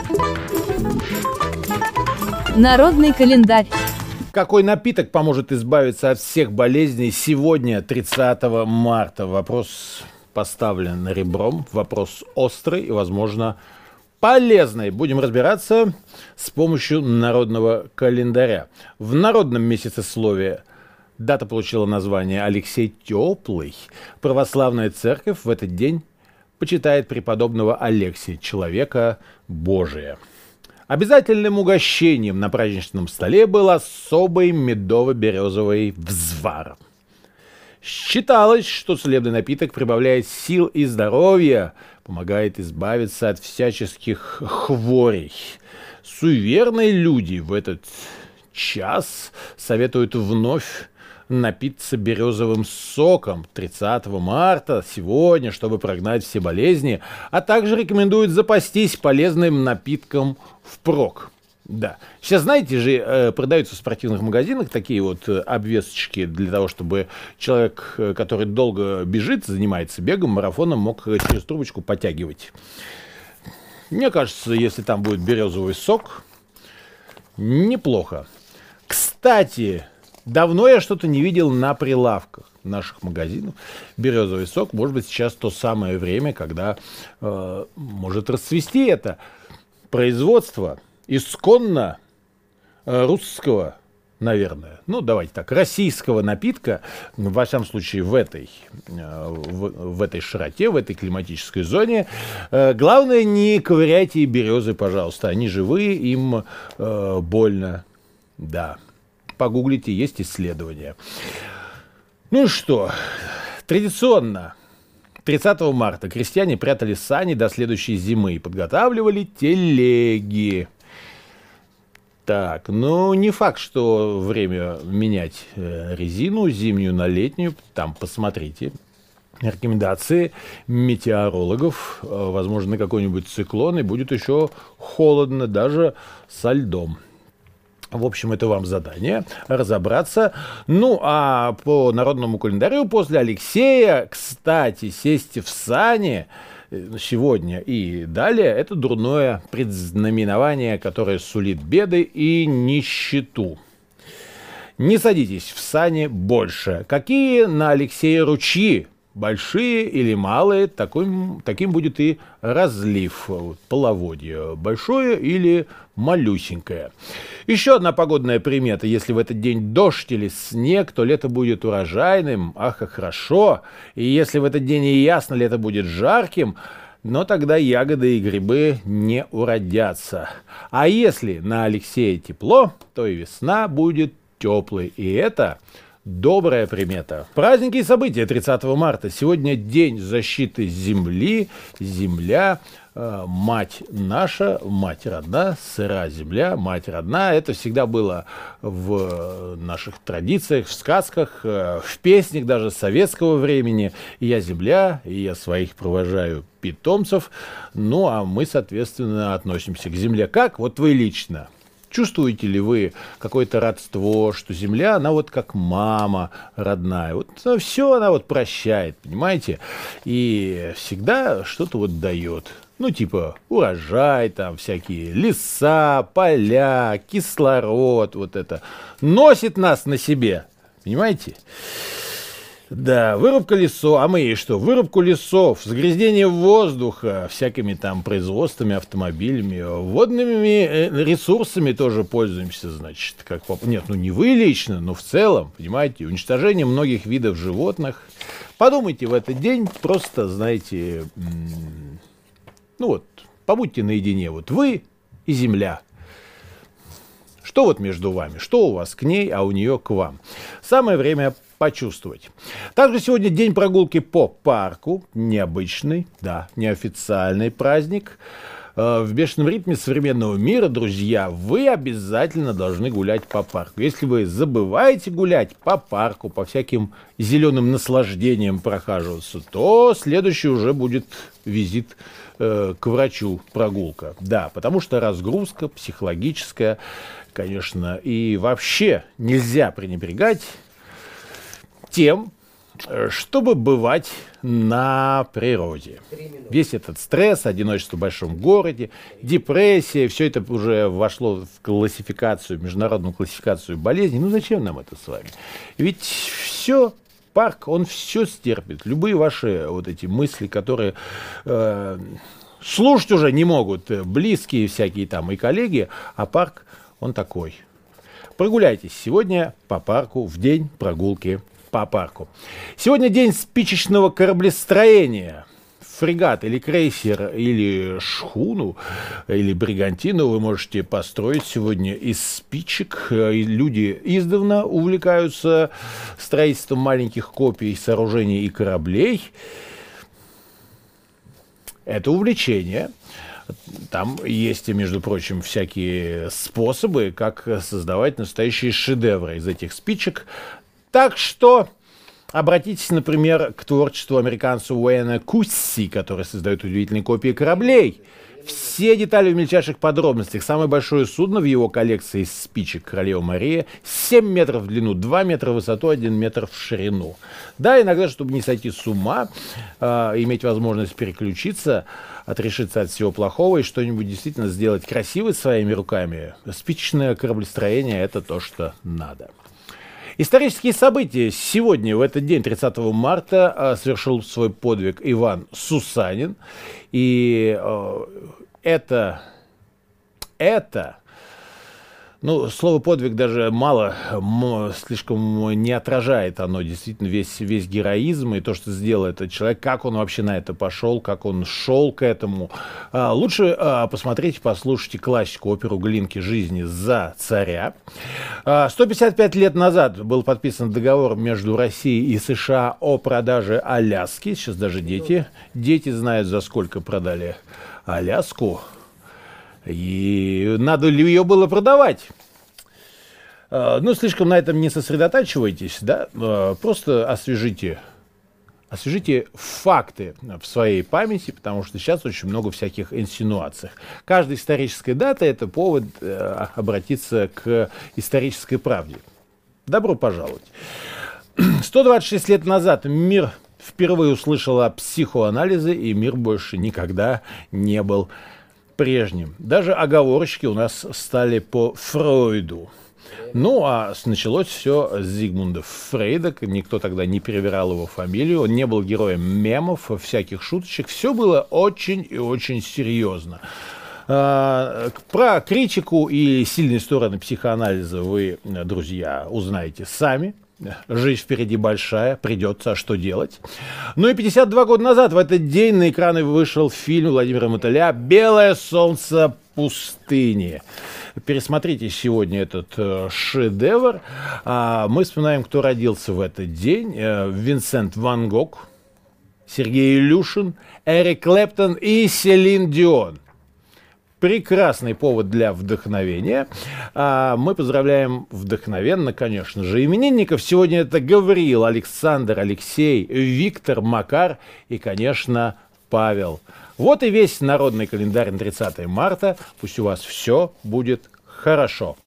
Народный календарь. Какой напиток поможет избавиться от всех болезней сегодня, 30 марта? Вопрос поставлен ребром, вопрос острый и, возможно, полезный. Будем разбираться с помощью народного календаря. В народном месяцесловии дата получила название Алексей Теплый. Православная церковь в этот день почитает преподобного Алексия, человека Божия. Обязательным угощением на праздничном столе был особый медово-березовый взвар. Считалось, что целебный напиток прибавляет сил и здоровья, помогает избавиться от всяческих хворей. Суеверные люди в этот час советуют вновь напиться березовым соком 30 марта, сегодня, чтобы прогнать все болезни, а также рекомендуют запастись полезным напитком впрок. Да. Сейчас, знаете же, продаются в спортивных магазинах такие вот обвесочки для того, чтобы человек, который долго бежит, занимается бегом, марафоном, мог через трубочку подтягивать. Мне кажется, если там будет березовый сок, неплохо. Кстати, давно я что-то не видел на прилавках наших магазинов. Березовый сок, может быть, сейчас то самое время, когда может расцвести это производство исконно русского, наверное, ну давайте так, российского напитка, во всяком случае в этой широте, в этой климатической зоне. Главное, не ковыряйте березы, пожалуйста, они живые, им больно, да. Погуглите, есть исследования. Ну что, традиционно 30 марта крестьяне прятали сани до следующей зимы и подготавливали телеги. Так, ну не факт, что время менять резину зимнюю на летнюю. Там посмотрите рекомендации метеорологов. Возможно, на какой-нибудь циклон и будет еще холодно, даже со льдом. В общем, это вам задание разобраться. Ну, а по народному календарю после Алексея, кстати, сесть в сани сегодня и далее – это дурное предзнаменование, которое сулит беды и нищету. Не садитесь в сани больше. Какие на Алексея ручьи? Большие или малые, таким будет и разлив, половодье, большое или малюсенькое. Еще одна погодная примета: если в этот день дождь или снег, то лето будет урожайным, ах, как хорошо. И если в этот день и ясно, лето будет жарким, но тогда ягоды и грибы не уродятся. А если на Алексея тепло, то и весна будет теплой, и это добрая примета. Праздники и события 30 марта. Сегодня день защиты земли. Земля, мать наша, мать родна, сыра земля, мать родна. Это всегда было в наших традициях, в сказках, в песнях даже советского времени. Я земля, и я своих провожаю питомцев. Ну, а мы, соответственно, относимся к земле как? Вот вы лично. Чувствуете ли вы какое-то родство, что земля, она вот как мама родная, вот все она вот прощает, понимаете, и всегда что-то вот дает, ну типа урожай, там всякие леса, поля, кислород, вот это, носит нас на себе, понимаете? Да, вырубка лесов, а мы и что? Вырубку лесов, загрязнение воздуха всякими там производствами, автомобилями, водными ресурсами тоже пользуемся, значит, как нет, ну не вы лично, но в целом, понимаете, уничтожение многих видов животных. Подумайте в этот день, просто, знаете, ну вот, побудьте наедине, вот вы и земля. Что вот между вами, что у вас к ней, а у нее к вам? Самое время почувствовать. Также сегодня день прогулки по парку, необычный, да, неофициальный праздник. В бешеном ритме современного мира, друзья, вы обязательно должны гулять по парку. Если вы забываете гулять по парку, по всяким зеленым наслаждениям прохаживаться, то следующий уже будет визит к врачу, прогулка. Да, потому что разгрузка психологическая, конечно, и вообще нельзя пренебрегать тем, чтобы бывать на природе. Весь этот стресс, одиночество в большом городе, депрессия, все это уже вошло в классификацию, международную классификацию болезней. Ну зачем нам это с вами? Ведь все, парк, он все стерпит. Любые ваши вот эти мысли, которые слушать уже не могут близкие всякие там и коллеги, а парк, он такой. Прогуляйтесь сегодня по парку в день прогулки по парку. Сегодня день спичечного кораблестроения. Фрегат или крейсер, или шхуну, или бригантину вы можете построить сегодня из спичек. И люди издавна увлекаются строительством маленьких копий сооружений и кораблей. Это увлечение. Там есть, между прочим, всякие способы, как создавать настоящие шедевры из этих спичек. Так что обратитесь, например, к творчеству американца Уэйна Кусси, который создает удивительные копии кораблей. Все детали в мельчайших подробностях. Самое большое судно в его коллекции из спичек «Королева Мария» 7 метров в длину, 2 метра в высоту, 1 метр в ширину. Да, иногда, чтобы не сойти с ума, иметь возможность переключиться, отрешиться от всего плохого и что-нибудь действительно сделать красиво своими руками, спичечное кораблестроение – это то, что надо. Исторические события. Сегодня, в этот день, 30 марта, совершил свой подвиг Иван Сусанин. И это, ну, слово «подвиг» даже мало, слишком не отражает оно действительно весь героизм и то, что сделал этот человек, как он вообще на это пошел, как он шел к этому. Лучше посмотрите, послушайте классику, оперу Глинки «Жизни за царя». 155 лет назад был подписан договор между Россией и США о продаже Аляски. Сейчас даже дети знают, за сколько продали Аляску. И надо ли ее было продавать? Ну, слишком на этом не сосредотачивайтесь, да? Просто освежите факты в своей памяти, потому что сейчас очень много всяких инсинуаций. Каждая историческая дата – это повод обратиться к исторической правде. Добро пожаловать. 126 лет назад мир впервые услышал о психоанализе, и мир больше никогда не был прежним. Даже оговорочки у нас стали по Фройду. Ну, а началось все с Зигмунда Фрейда. Никто тогда не перевирал его фамилию. Он не был героем мемов, всяких шуточек. Все было очень и очень серьезно. Про критику и сильные стороны психоанализа вы, друзья, узнаете сами. Жизнь впереди большая, придется, а что делать? Ну и 52 года назад в этот день на экраны вышел фильм Владимира Мотыля «Белое солнце пустыни». Пересмотрите сегодня этот шедевр. Мы вспоминаем, кто родился в этот день. Винсент Ван Гог, Сергей Илюшин, Эрик Клэптон и Селин Дион. Прекрасный повод для вдохновения. Мы поздравляем вдохновенно, конечно же, именинников. Сегодня это Гавриил, Александр, Алексей, Виктор, Макар и, конечно, Павел. Вот и весь народный календарь на 30 марта. Пусть у вас все будет хорошо.